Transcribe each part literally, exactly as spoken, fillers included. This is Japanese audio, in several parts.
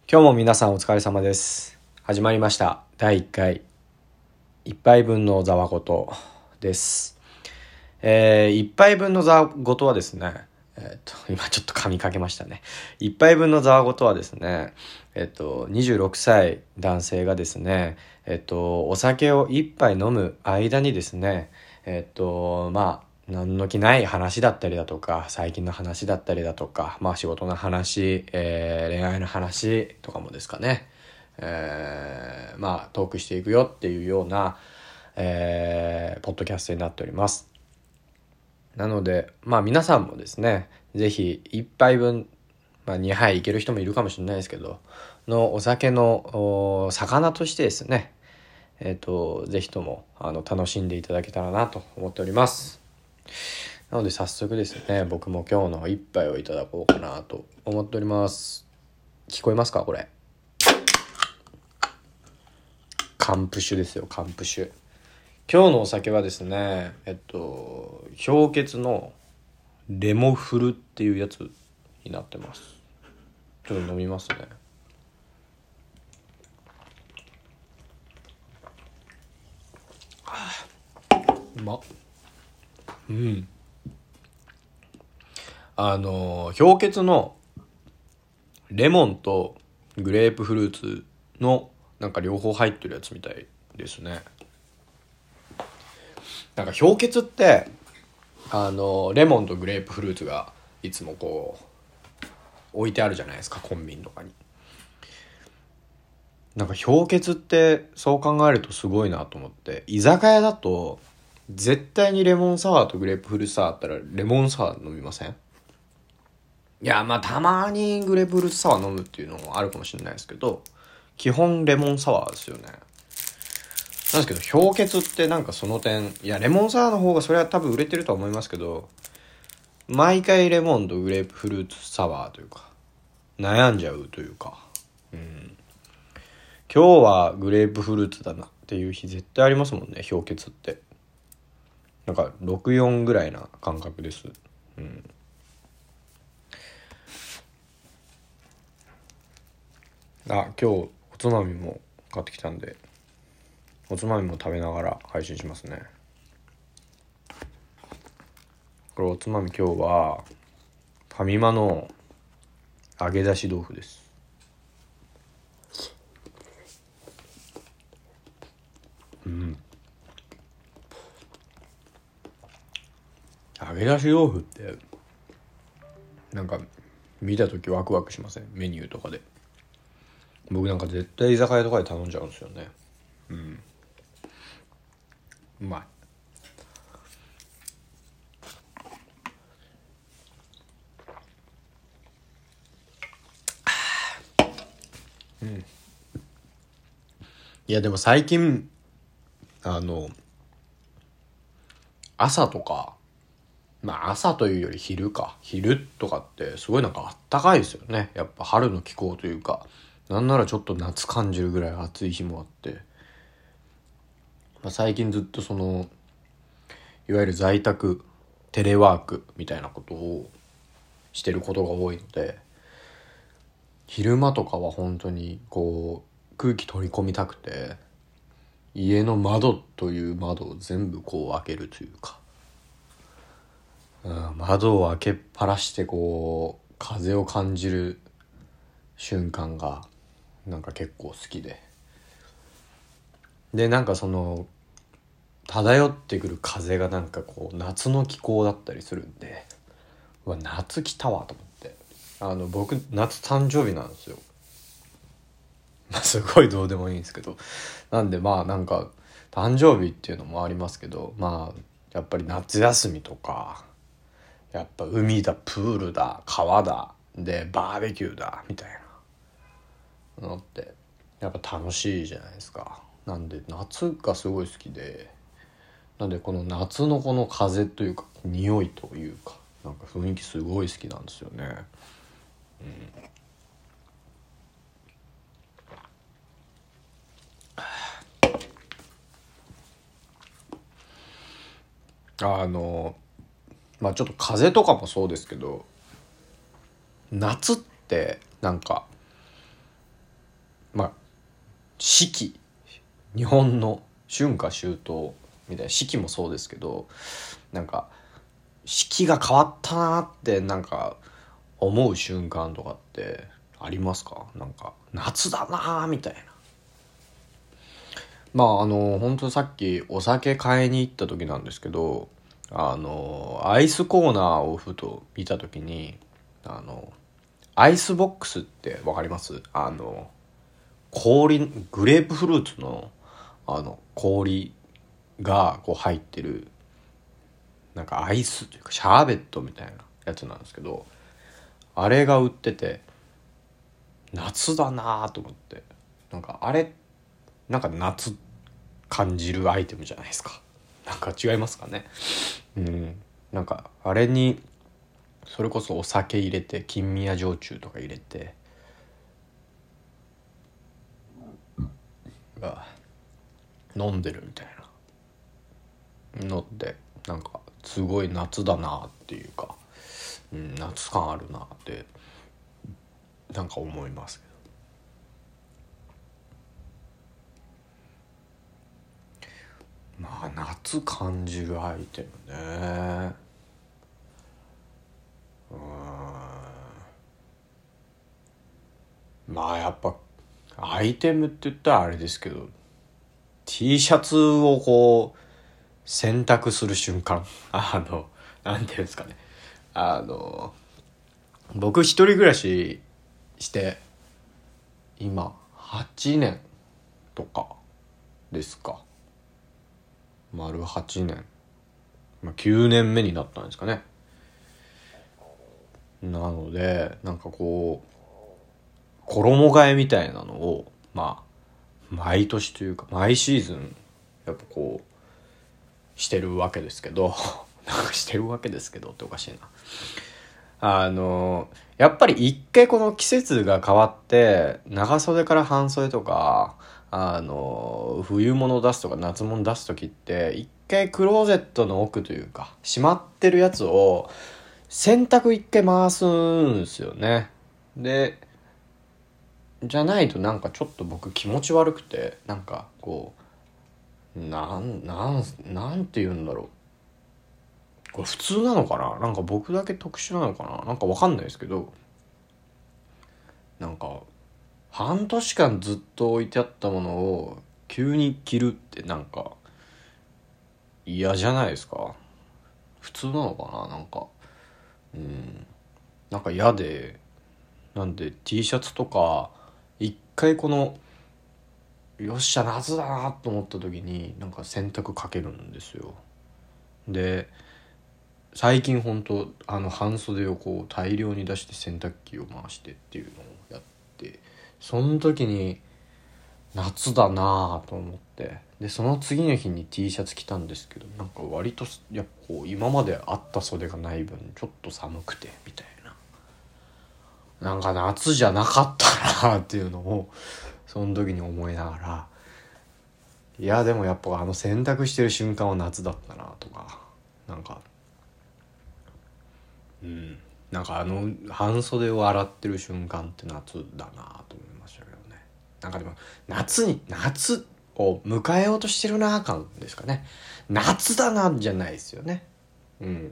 今日も皆さんお疲れ様です。始まりましただいいっかい一杯分のざわごとです。えー、一杯分のざわごとはですね、えっと今ちょっと噛みかけましたね。一杯分のざわごとはですね、えっとにじゅうろくさい男性がですね、えっとお酒を一杯飲む間にですね、えっとまあ何の気ない話だったりだとか、最近の話だったりだとか、まあ仕事の話、えー、恋愛の話とかもですかね、えー、まあトークしていくよっていうような、えー、ポッドキャストになっております。なのでまあ皆さんもですね、ぜひ一杯分、まあにはいいける人もいるかもしれないですけどのお酒の魚としてですね、えっとぜひともあの楽しんでいただけたらなと思っております。なので早速ですね、僕も今日の一杯をいただこうかなと思っております。聞こえますかこれ。カンプ酒ですよ、カンプ酒。今日のお酒はですね、えっと氷結のレモフルっていうやつになってます。ちょっと飲みますね。うまっ。うんあの氷結のレモンとグレープフルーツのなんか両方入ってるやつみたいですね。なんか氷結ってあのレモンとグレープフルーツがいつもこう置いてあるじゃないですか、コンビニとかに。なんか氷結ってそう考えるとすごいなと思って、居酒屋だと絶対にレモンサワーとグレープフルーツサワーあったらレモンサワー飲みません？いやまあたまにグレープフルーツサワー飲むっていうのもあるかもしれないですけど、基本レモンサワーですよね。なんですけど氷結ってなんかその点、いやレモンサワーの方がそれは多分売れてるとは思いますけど、毎回レモンとグレープフルーツサワーというか悩んじゃうというか、うん、今日はグレープフルーツだなっていう日絶対ありますもんね、氷結って。なんかろくじゅうよんぐらいな感覚です。うん。あ、今日おつまみも買ってきたんで、おつまみも食べながら配信しますね。これおつまみ今日はファミマの揚げ出し豆腐です。うん。揚げ出し豆腐ってなんか見た時ワクワクしません？メニューとかで。僕なんか絶対居酒屋とかで頼んじゃうんですよね。うん。うまい。うん。いやでも最近あの朝とか、まあ朝というより昼か、昼とかってすごいなんかあったかいですよね。やっぱ春の気候というか、なんならちょっと夏感じるぐらい暑い日もあって、まあ、最近ずっとそのいわゆる在宅テレワークみたいなことをしてることが多いので、昼間とかは本当にこう空気取り込みたくて、家の窓という窓を全部こう開けるというか、うん、窓を開けっぱらしてこう風を感じる瞬間がなんか結構好きで、でなんかその漂ってくる風がなんかこう夏の気候だったりするんで、うわ夏来たわと思って、あの僕夏誕生日なんですよ。まあすごいどうでもいいんですけど、なんでまあなんか誕生日っていうのもありますけど、まあやっぱり夏休みとか、やっぱ海だプールだ川だでバーベキューだみたいなのってやっぱ楽しいじゃないですか。なんで夏がすごい好きで、なんでこの夏のこの風というか匂いというかなんか雰囲気すごい好きなんですよね。あのまあちょっと風邪とかもそうですけど、夏ってなんかまあ四季、日本の春夏秋冬みたいな四季もそうですけど、なんか四季が変わったなってなんか思う瞬間とかってありますか？なんか夏だなみたいな。まああの本当さっきお酒買いに行った時なんですけど、あのアイスコーナーをふと見た時に、あのアイスボックスってわかります？あの氷、グレープフルーツのあの氷がこう入ってるなんかアイスというかシャーベットみたいなやつなんですけど、あれが売ってて夏だなと思って、なんかあれなんか夏感じるアイテムじゃないですか。なんか違いますかね。うん、なんかあれにそれこそお酒入れて金宮焼酎とか入れてが飲んでるみたいなのってなんかすごい夏だなっていうか、うん、夏感あるなってなんか思いますけど、まあ夏感じるアイテムね。うーん、まあやっぱアイテムって言ったらあれですけど、 T シャツをこう洗濯する瞬間、あのなんていうんですかね、あの僕一人暮らしして今はちねんとかですか、丸はちねん、まあ、きゅうねんめになったんですかね。なのでなんかこう衣替えみたいなのをまあ毎年というか毎シーズンやっぱこうしてるわけですけどなんかしてるわけですけどっておかしいな。あのやっぱり一回この季節が変わって長袖から半袖とかあの冬物出すとか夏物出す時って一回クローゼットの奥というかしまってるやつを洗濯一回回すんですよね。でじゃないとなんかちょっと僕気持ち悪くて、なんかこうなんなんなんて言うんだろう、これ普通なのかな、なんか僕だけ特殊なのかな、なんかわかんないですけど、なんか半年間ずっと置いてあったものを急に着るってなんか嫌じゃないですか。普通なのかな、なんかうんなんか嫌で、なんで T シャツとか一回このよっしゃ夏だなと思った時になんか洗濯かけるんですよ。で最近ほんとあの半袖をこう大量に出して洗濯機を回してっていうのをやって、その時に夏だなと思って、でその次の日に T シャツ着たんですけど、なんか割とやっぱこう今まであった袖がない分ちょっと寒くてみたいな、なんか夏じゃなかったなっていうのをその時に思いながら、いやでもやっぱあの洗濯してる瞬間は夏だったなとか、なんかうんなんかあの半袖を洗ってる瞬間って夏だなと思いましたけどね。なんかでも夏に夏を迎えようとしてるな感ですかね。夏だなじゃないですよね。うん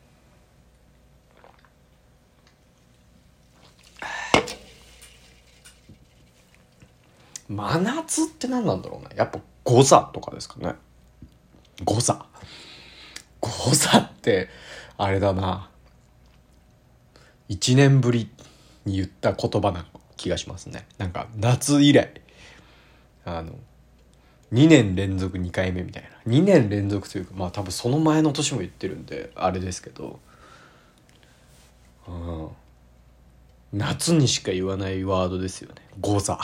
真夏って何なんだろうね。やっぱ誤差とかですかね。誤差誤差ってあれだな、一年ぶりに言った言葉な気がしますね。なんか夏以来あのにねん連続にかいめみたいな、にねん連続というかまあ多分その前の年も言ってるんであれですけど、うん、夏にしか言わないワードですよね、誤差。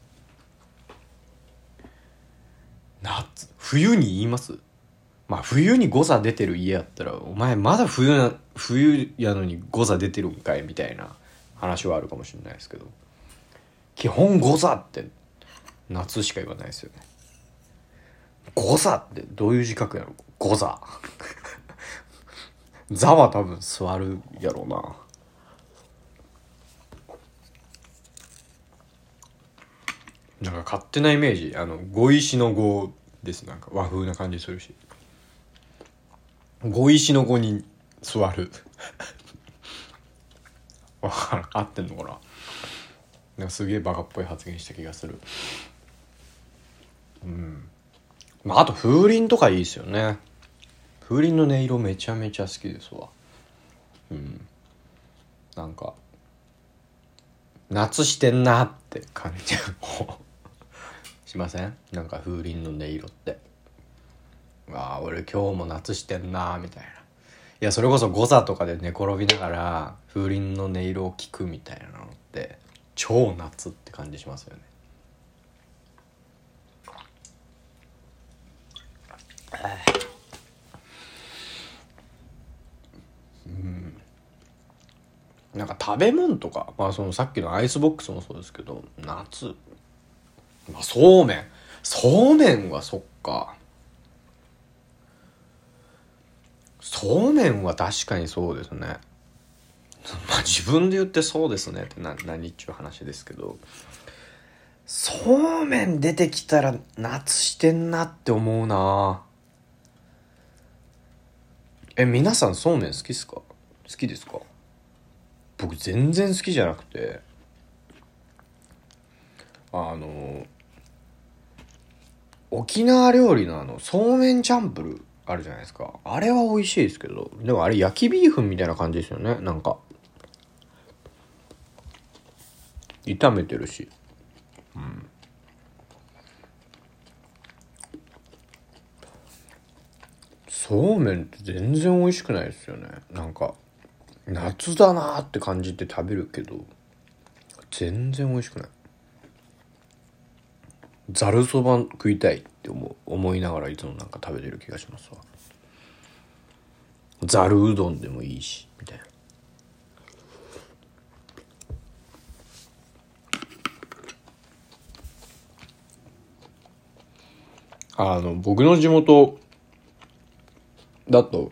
夏冬に言います？まあ冬に誤差出てる家やったらお前まだ冬な冬やのに誤差出てるんかいみたいな話はあるかもしれないですけど、基本誤差って夏しか言わないですよね。誤差ってどういう字書くやろ、誤差座は多分座るやろうな。 なんか勝手なイメージ、あの碁石の碁です。なんか和風な感じするし、碁石の碁に座るわからん、合ってんのかな。なんかすげえバカっぽい発言した気がする。うん。まああと風鈴とかいいですよね。風鈴の音色めちゃめちゃ好きですわ。うん。なんか夏してんなって感じしません？なんか風鈴の音色って、ああ俺今日も夏してんなみたいな。いやそれこそ誤差とかで寝転びながら風鈴の音色を聞くみたいなのって超夏って感じしますよね。うん。なんか食べ物とか、まあそのさっきのアイスボックスもそうですけど、夏、まあそうめん、そうめんはそっか、そうめんは確かにそうですね。まあ自分で言ってそうですねってな何っちゅう話ですけど、そうめん出てきたら夏してんなって思うな。え、皆さんそうめん好きっすか？好きですか？僕全然好きじゃなくて、あの沖縄料理のあのそうめんチャンプルーあるじゃないですか。あれは美味しいですけど、でもあれ焼きビーフンみたいな感じですよね。なんか炒めてるし、うん、そうめんって全然美味しくないですよね。なんか夏だなーって感じて食べるけど全然美味しくない。ざるそば食いたいって思う思いながらいつもなんか食べてる気がしますわ。ざるうどんでもいいしみたいな。あの僕の地元だと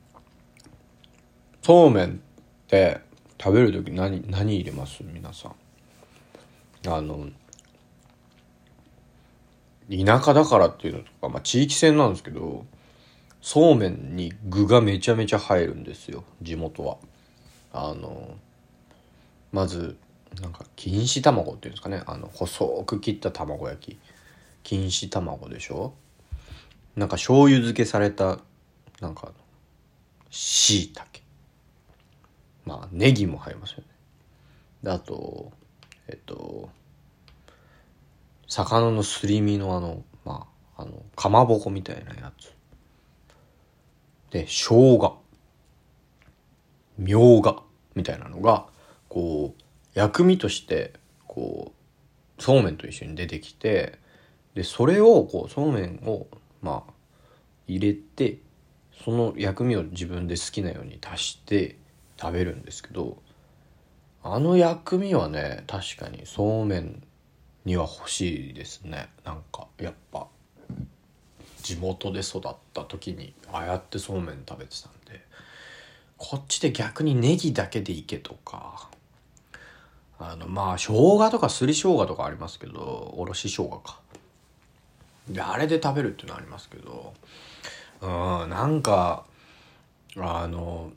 そうめんって食べるとき何何入れます？皆さん。あの田舎だからっていうのとか、まあ、地域性なんですけど、そうめんに具がめちゃめちゃ入るんですよ、地元は。あのまずなんか錦糸卵っていうんですかね、あの細く切った卵焼き、錦糸卵でしょ。なんか醤油漬けされたなんかしいたけ、まあネギも入りますよね。であとえっと魚のすり身のあのまああのかまぼこみたいなやつで、生姜、みょうがみたいなのがこう薬味としてこうそうめんと一緒に出てきて、でそれをこうそうめんをまあ入れて、その薬味を自分で好きなように足して食べるんですけど、あの薬味はね確かにそうめんには欲しいですね。なんかやっぱ地元で育った時にああやってそうめん食べてたんで、こっちで逆にネギだけでいけとか、あのまあ生姜とかすり生姜とかありますけど、おろし生姜かであれで食べるっていうのはありますけど、うんなんかあの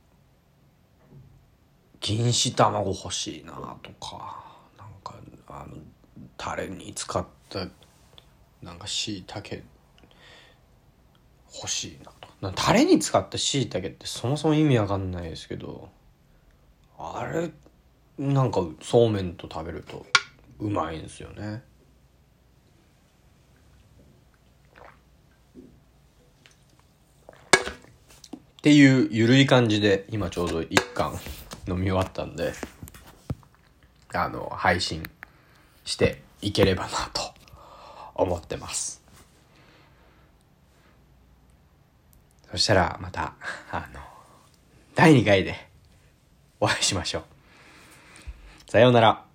錦糸卵欲しいなとか、なんかあのタレに使ったなんかしいたけ欲しいなと。なタレに使ったしいたけってそもそも意味わかんないですけど、あれなんかそうめんと食べるとうまいんですよね。っていうゆるい感じで今ちょうど一貫飲み終わったんで、あの配信していければなと思ってます。そしたらまたあのだいにかいでお会いしましょう。さようなら。